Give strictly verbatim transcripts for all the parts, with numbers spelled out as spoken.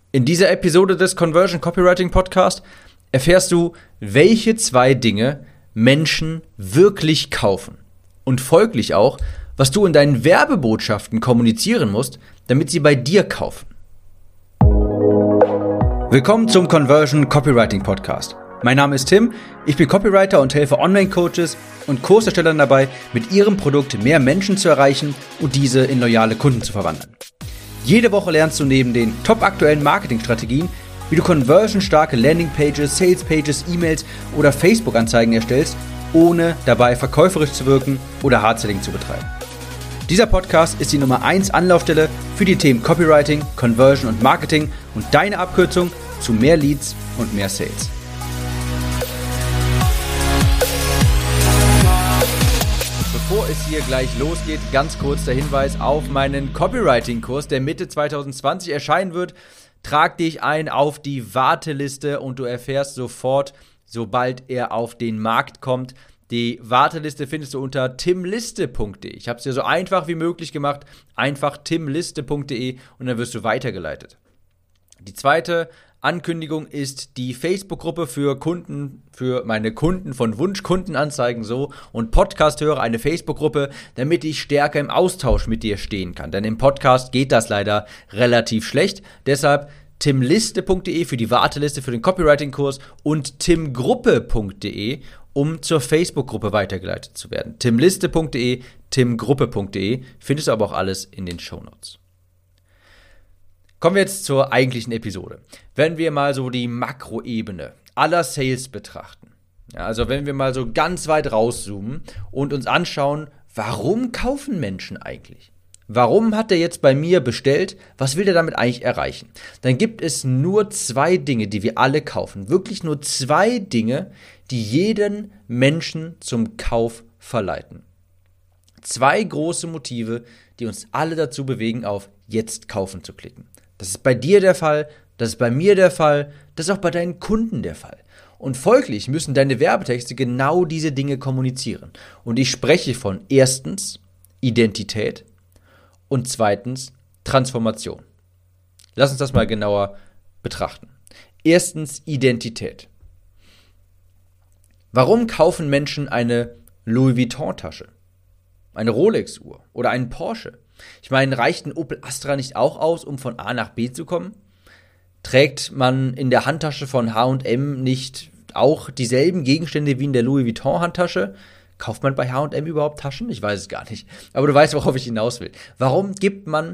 In dieser Episode des Conversion Copywriting Podcast erfährst du, welche zwei Dinge Menschen wirklich kaufen und folglich auch, was du in deinen Werbebotschaften kommunizieren musst, damit sie bei dir kaufen. Willkommen zum Conversion Copywriting Podcast. Mein Name ist Tim, ich bin Copywriter und helfe Online-Coaches und Kurserstellern dabei, mit ihrem Produkt mehr Menschen zu erreichen und diese in loyale Kunden zu verwandeln. Jede Woche lernst du neben den top-aktuellen Marketingstrategien, wie du conversionstarke Landingpages, Salespages, E-Mails oder Facebook-Anzeigen erstellst, ohne dabei verkäuferisch zu wirken oder Hardselling zu betreiben. Dieser Podcast ist die Nummer eins Anlaufstelle für die Themen Copywriting, Conversion und Marketing und deine Abkürzung zu mehr Leads und mehr Sales. Bevor es hier gleich losgeht, ganz kurz der Hinweis auf meinen Copywriting-Kurs, der Mitte zwanzig zwanzig erscheinen wird. Trag dich ein auf die Warteliste und du erfährst sofort, sobald er auf den Markt kommt. Die Warteliste findest du unter timliste punkt de. Ich habe es dir so einfach wie möglich gemacht. Einfach timliste punkt de und dann wirst du weitergeleitet. Die zweite Ankündigung ist die Facebook-Gruppe für Kunden, für meine Kunden von Wunschkundenanzeigen so und Podcast-Hörer, eine Facebook-Gruppe, damit ich stärker im Austausch mit dir stehen kann. Denn im Podcast geht das leider relativ schlecht. Deshalb timliste punkt de für die Warteliste für den Copywriting-Kurs und timgruppe punkt de, um zur Facebook-Gruppe weitergeleitet zu werden. timliste punkt de, timgruppe punkt de, findest du aber auch alles in den Shownotes. Kommen wir jetzt zur eigentlichen Episode. Wenn wir mal so die Makroebene aller Sales betrachten, ja, also wenn wir mal so ganz weit rauszoomen und uns anschauen, warum kaufen Menschen eigentlich? Warum hat er jetzt bei mir bestellt? Was will er damit eigentlich erreichen? Dann gibt es nur zwei Dinge, die wir alle kaufen. Wirklich nur zwei Dinge, die jeden Menschen zum Kauf verleiten. Zwei große Motive, die uns alle dazu bewegen, auf Jetzt kaufen zu klicken. Das ist bei dir der Fall, das ist bei mir der Fall, das ist auch bei deinen Kunden der Fall. Und folglich müssen deine Werbetexte genau diese Dinge kommunizieren. Und ich spreche von erstens Identität und zweitens Transformation. Lass uns das mal genauer betrachten. Erstens Identität. Warum kaufen Menschen eine Louis Vuitton-Tasche, eine Rolex-Uhr oder einen Porsche? Ich meine, reicht ein Opel Astra nicht auch aus, um von A nach B zu kommen? Trägt man in der Handtasche von H und M nicht auch dieselben Gegenstände wie in der Louis Vuitton-Handtasche? Kauft man bei H und M überhaupt Taschen? Ich weiß es gar nicht. Aber du weißt, worauf ich hinaus will. Warum gibt man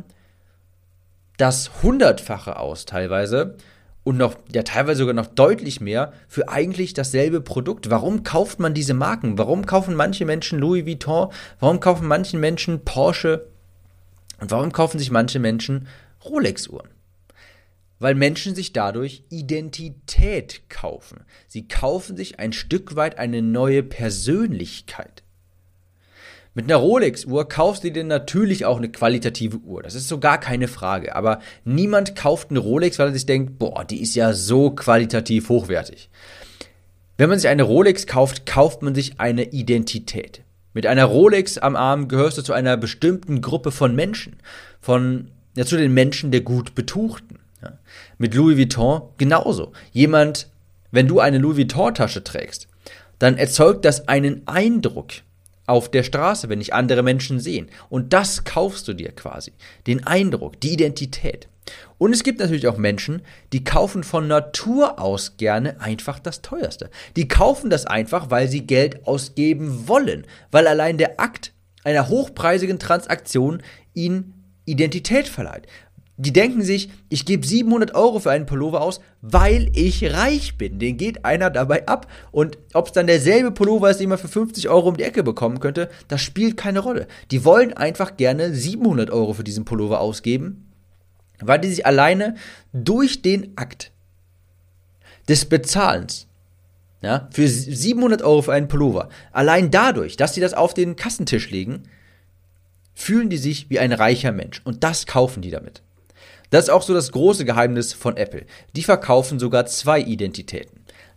das Hundertfache aus teilweise und noch, ja teilweise sogar noch deutlich mehr für eigentlich dasselbe Produkt? Warum kauft man diese Marken? Warum kaufen manche Menschen Louis Vuitton? Warum kaufen manche Menschen Porsche? Und warum kaufen sich manche Menschen Rolex-Uhren? Weil Menschen sich dadurch Identität kaufen. Sie kaufen sich ein Stück weit eine neue Persönlichkeit. Mit einer Rolex-Uhr kaufst du dir natürlich auch eine qualitative Uhr. Das ist so gar keine Frage. Aber niemand kauft eine Rolex, weil er sich denkt, boah, die ist ja so qualitativ hochwertig. Wenn man sich eine Rolex kauft, kauft man sich eine Identität. Mit einer Rolex am Arm gehörst du zu einer bestimmten Gruppe von Menschen, von, ja, zu den Menschen der gut Betuchten. Ja. Mit Louis Vuitton genauso. Jemand, wenn du eine Louis Vuitton-Tasche trägst, dann erzeugt das einen Eindruck auf der Straße, wenn dich andere Menschen sehen. Und das kaufst du dir quasi. Den Eindruck, die Identität. Und es gibt natürlich auch Menschen, die kaufen von Natur aus gerne einfach das Teuerste. Die kaufen das einfach, weil sie Geld ausgeben wollen, weil allein der Akt einer hochpreisigen Transaktion ihnen Identität verleiht. Die denken sich, ich gebe siebenhundert Euro für einen Pullover aus, weil ich reich bin. Den geht einer dabei ab. Und ob es dann derselbe Pullover ist, den man für fünfzig Euro um die Ecke bekommen könnte, das spielt keine Rolle. Die wollen einfach gerne siebenhundert Euro für diesen Pullover ausgeben, weil die sich alleine durch den Akt des Bezahlens, ja, für siebenhundert Euro für einen Pullover, allein dadurch, dass sie das auf den Kassentisch legen, fühlen die sich wie ein reicher Mensch. Und das kaufen die damit. Das ist auch so das große Geheimnis von Apple. Die verkaufen sogar zwei Identitäten.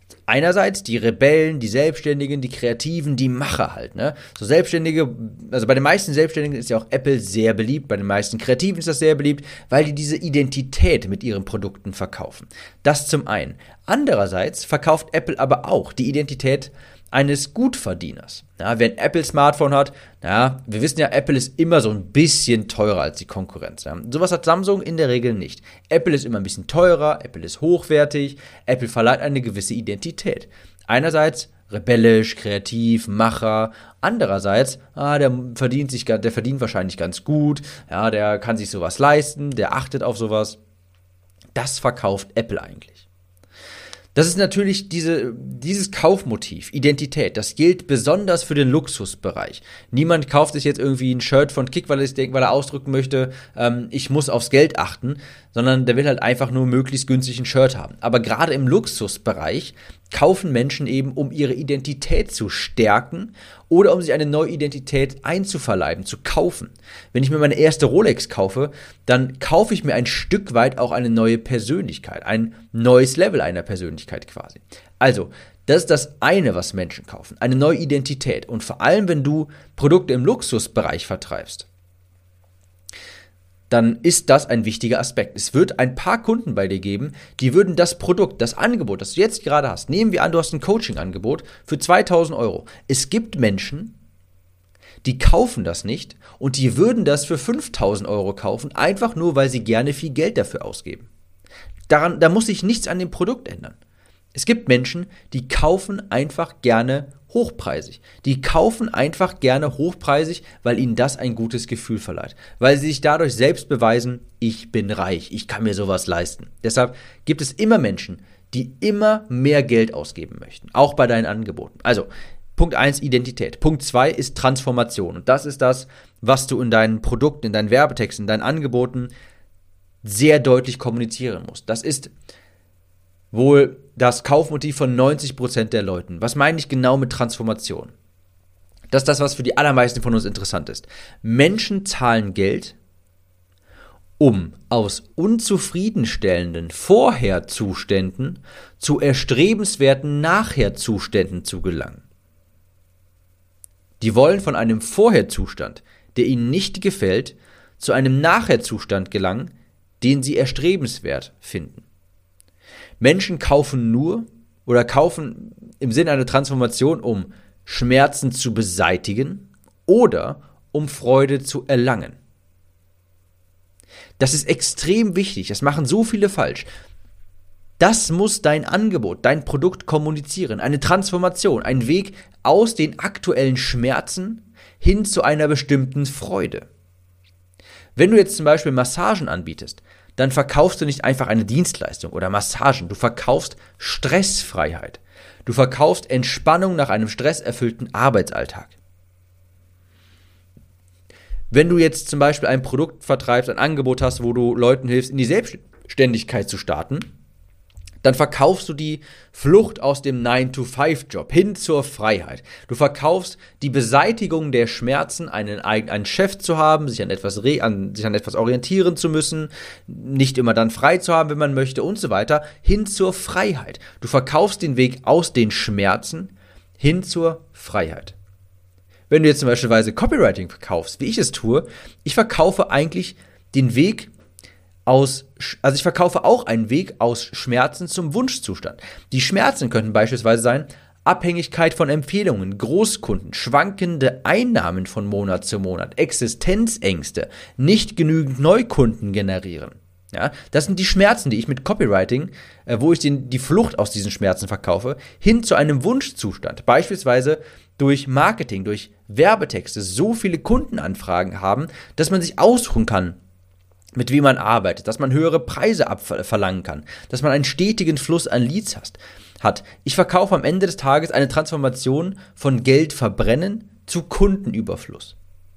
Einerseits die Rebellen, die Selbstständigen, die Kreativen, die Macher halt, ne? So Selbstständige, also bei den meisten Selbstständigen ist ja auch Apple sehr beliebt, bei den meisten Kreativen ist das sehr beliebt, weil die diese Identität mit ihren Produkten verkaufen. Das zum einen. Andererseits verkauft Apple aber auch die Identität eines Gutverdieners. Ja, wer ein Apple-Smartphone hat, ja, wir wissen ja, Apple ist immer so ein bisschen teurer als die Konkurrenz. Ja. Sowas hat Samsung in der Regel nicht. Apple ist immer ein bisschen teurer, Apple ist hochwertig, Apple verleiht eine gewisse Identität. Einerseits rebellisch, kreativ, Macher. Andererseits, ah, der verdient sich, der verdient wahrscheinlich ganz gut, ja, der kann sich sowas leisten, der achtet auf sowas. Das verkauft Apple eigentlich. Das ist natürlich diese, dieses Kaufmotiv, Identität, das gilt besonders für den Luxusbereich. Niemand kauft sich jetzt irgendwie ein Shirt von Kick, weil er, weil er ausdrücken möchte, ähm, ich muss aufs Geld achten, sondern der will halt einfach nur möglichst günstig ein Shirt haben. Aber gerade im Luxusbereich kaufen Menschen eben, um ihre Identität zu stärken oder um sich eine neue Identität einzuverleiben, zu kaufen. Wenn ich mir meine erste Rolex kaufe, dann kaufe ich mir ein Stück weit auch eine neue Persönlichkeit, ein neues Level einer Persönlichkeit quasi. Also, das ist das eine, was Menschen kaufen, eine neue Identität. Und vor allem, wenn du Produkte im Luxusbereich vertreibst, dann ist das ein wichtiger Aspekt. Es wird ein paar Kunden bei dir geben, die würden das Produkt, das Angebot, das du jetzt gerade hast, nehmen wir an, du hast ein Coaching-Angebot für zweitausend Euro. Es gibt Menschen, die kaufen das nicht und die würden das für fünftausend Euro kaufen, einfach nur, weil sie gerne viel Geld dafür ausgeben. Daran, da muss sich nichts an dem Produkt ändern. Es gibt Menschen, die kaufen einfach gerne hochpreisig. Die kaufen einfach gerne hochpreisig, weil ihnen das ein gutes Gefühl verleiht. Weil sie sich dadurch selbst beweisen, ich bin reich, ich kann mir sowas leisten. Deshalb gibt es immer Menschen, die immer mehr Geld ausgeben möchten, auch bei deinen Angeboten. Also, Punkt eins, Identität. Punkt zwei ist Transformation. Und das ist das, was du in deinen Produkten, in deinen Werbetexten, in deinen Angeboten sehr deutlich kommunizieren musst. Das ist wohl das Kaufmotiv von neunzig Prozent der Leuten. Was meine ich genau mit Transformation? Das ist das, was für die allermeisten von uns interessant ist. Menschen zahlen Geld, um aus unzufriedenstellenden Vorherzuständen zu erstrebenswerten Nachherzuständen zu gelangen. Die wollen von einem Vorherzustand, der ihnen nicht gefällt, zu einem Nachherzustand gelangen, den sie erstrebenswert finden. Menschen kaufen nur oder kaufen im Sinne einer Transformation, um Schmerzen zu beseitigen oder um Freude zu erlangen. Das ist extrem wichtig, das machen so viele falsch. Das muss dein Angebot, dein Produkt kommunizieren. Eine Transformation, ein Weg aus den aktuellen Schmerzen hin zu einer bestimmten Freude. Wenn du jetzt zum Beispiel Massagen anbietest, dann verkaufst du nicht einfach eine Dienstleistung oder Massagen, du verkaufst Stressfreiheit. Du verkaufst Entspannung nach einem stresserfüllten Arbeitsalltag. Wenn du jetzt zum Beispiel ein Produkt vertreibst, ein Angebot hast, wo du Leuten hilfst, in die Selbstständigkeit zu starten, dann verkaufst du die Flucht aus dem nine to five Job hin zur Freiheit. Du verkaufst die Beseitigung der Schmerzen, einen, einen Chef zu haben, sich an, etwas re, an, sich an etwas orientieren zu müssen, nicht immer dann frei zu haben, wenn man möchte und so weiter, hin zur Freiheit. Du verkaufst den Weg aus den Schmerzen hin zur Freiheit. Wenn du jetzt zum Beispiel Copywriting verkaufst, wie ich es tue, ich verkaufe eigentlich den Weg aus, also ich verkaufe auch einen Weg aus Schmerzen zum Wunschzustand. Die Schmerzen könnten beispielsweise sein, Abhängigkeit von Empfehlungen, Großkunden, schwankende Einnahmen von Monat zu Monat, Existenzängste, nicht genügend Neukunden generieren. Ja, das sind die Schmerzen, die ich mit Copywriting, äh, wo ich den, die Flucht aus diesen Schmerzen verkaufe, hin zu einem Wunschzustand. Beispielsweise durch Marketing, durch Werbetexte so viele Kundenanfragen haben, dass man sich ausruhen kann, mit wem man arbeitet, dass man höhere Preise abverlangen kann, dass man einen stetigen Fluss an Leads hast, hat. Ich verkaufe am Ende des Tages eine Transformation von Geld verbrennen zu Kundenüberfluss.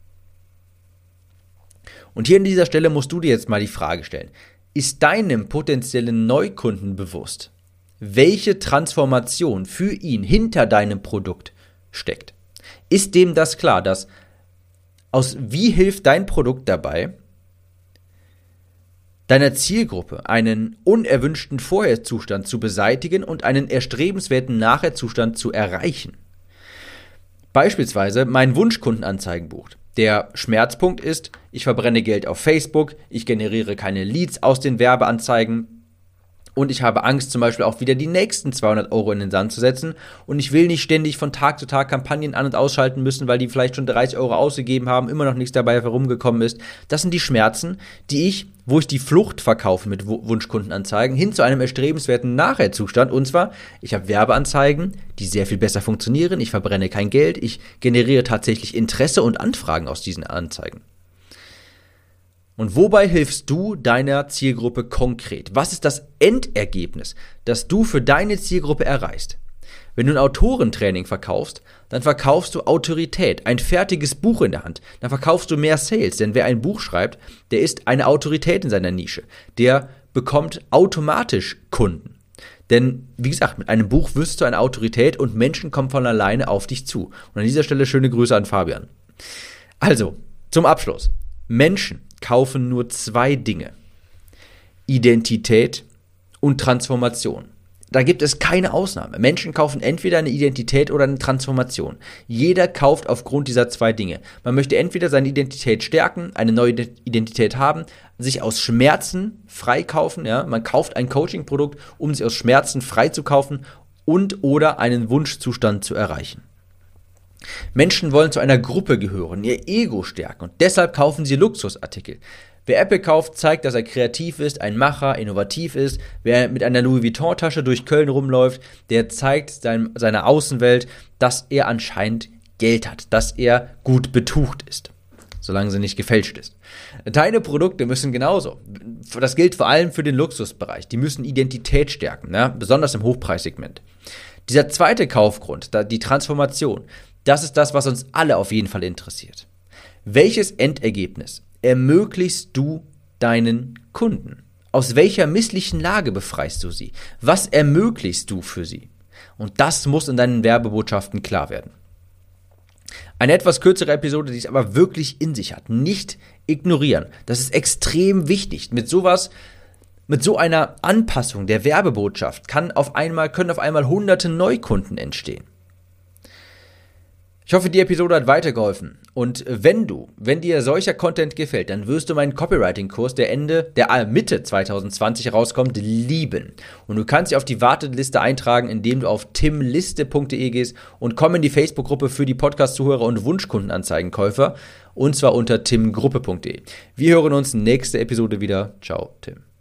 Und hier an dieser Stelle musst du dir jetzt mal die Frage stellen, ist deinem potenziellen Neukunden bewusst, welche Transformation für ihn hinter deinem Produkt steckt? Ist dem das klar, dass aus wie hilft dein Produkt dabei, deiner Zielgruppe einen unerwünschten Vorherzustand zu beseitigen und einen erstrebenswerten Nachherzustand zu erreichen. Beispielsweise mein Wunschkundenanzeigenbuch. Der Schmerzpunkt ist, ich verbrenne Geld auf Facebook, ich generiere keine Leads aus den Werbeanzeigen und ich habe Angst, zum Beispiel auch wieder die nächsten zweihundert Euro in den Sand zu setzen und ich will nicht ständig von Tag zu Tag Kampagnen an- und ausschalten müssen, weil die vielleicht schon dreißig Euro ausgegeben haben, immer noch nichts dabei herumgekommen ist. Das sind die Schmerzen, die ich, wo ich die Flucht verkaufe mit Wunschkundenanzeigen, hin zu einem erstrebenswerten Nachherzustand. Und zwar, ich habe Werbeanzeigen, die sehr viel besser funktionieren, ich verbrenne kein Geld, ich generiere tatsächlich Interesse und Anfragen aus diesen Anzeigen. Und wobei hilfst du deiner Zielgruppe konkret? Was ist das Endergebnis, das du für deine Zielgruppe erreichst? Wenn du ein Autorentraining verkaufst, dann verkaufst du Autorität, ein fertiges Buch in der Hand. Dann verkaufst du mehr Sales, denn wer ein Buch schreibt, der ist eine Autorität in seiner Nische. Der bekommt automatisch Kunden. Denn, wie gesagt, mit einem Buch wirst du eine Autorität und Menschen kommen von alleine auf dich zu. Und an dieser Stelle schöne Grüße an Fabian. Also, zum Abschluss. Menschen kaufen nur zwei Dinge: Identität und Transformation. Da gibt es keine Ausnahme. Menschen kaufen entweder eine Identität oder eine Transformation. Jeder kauft aufgrund dieser zwei Dinge. Man möchte entweder seine Identität stärken, eine neue Identität haben, sich aus Schmerzen freikaufen. Ja? Man kauft ein Coaching-Produkt, um sich aus Schmerzen freizukaufen und oder einen Wunschzustand zu erreichen. Menschen wollen zu einer Gruppe gehören, ihr Ego stärken und deshalb kaufen sie Luxusartikel. Wer Apple kauft, zeigt, dass er kreativ ist, ein Macher, innovativ ist. Wer mit einer Louis Vuitton-Tasche durch Köln rumläuft, der zeigt sein, seiner Außenwelt, dass er anscheinend Geld hat, dass er gut betucht ist, solange sie nicht gefälscht ist. Deine Produkte müssen genauso. Das gilt vor allem für den Luxusbereich. Die müssen Identität stärken, ne? Besonders im Hochpreissegment. Dieser zweite Kaufgrund, die Transformation, das ist das, was uns alle auf jeden Fall interessiert. Welches Endergebnis ermöglichst du deinen Kunden? Aus welcher misslichen Lage befreist du sie? Was ermöglichst du für sie? Und das muss in deinen Werbebotschaften klar werden. Eine etwas kürzere Episode, die es aber wirklich in sich hat. Nicht ignorieren. Das ist extrem wichtig. Mit sowas, mit so einer Anpassung der Werbebotschaft kann auf einmal, können auf einmal hunderte Neukunden entstehen. Ich hoffe, die Episode hat weitergeholfen. Und wenn du, wenn dir solcher Content gefällt, dann wirst du meinen Copywriting-Kurs, der Ende, der Mitte zwanzig zwanzig rauskommt, lieben. Und du kannst dich auf die Warteliste eintragen, indem du auf timliste punkt de gehst und komm in die Facebook-Gruppe für die Podcast-Zuhörer und Wunschkundenanzeigenkäufer. Und zwar unter timgruppe punkt de. Wir hören uns nächste Episode wieder. Ciao, Tim.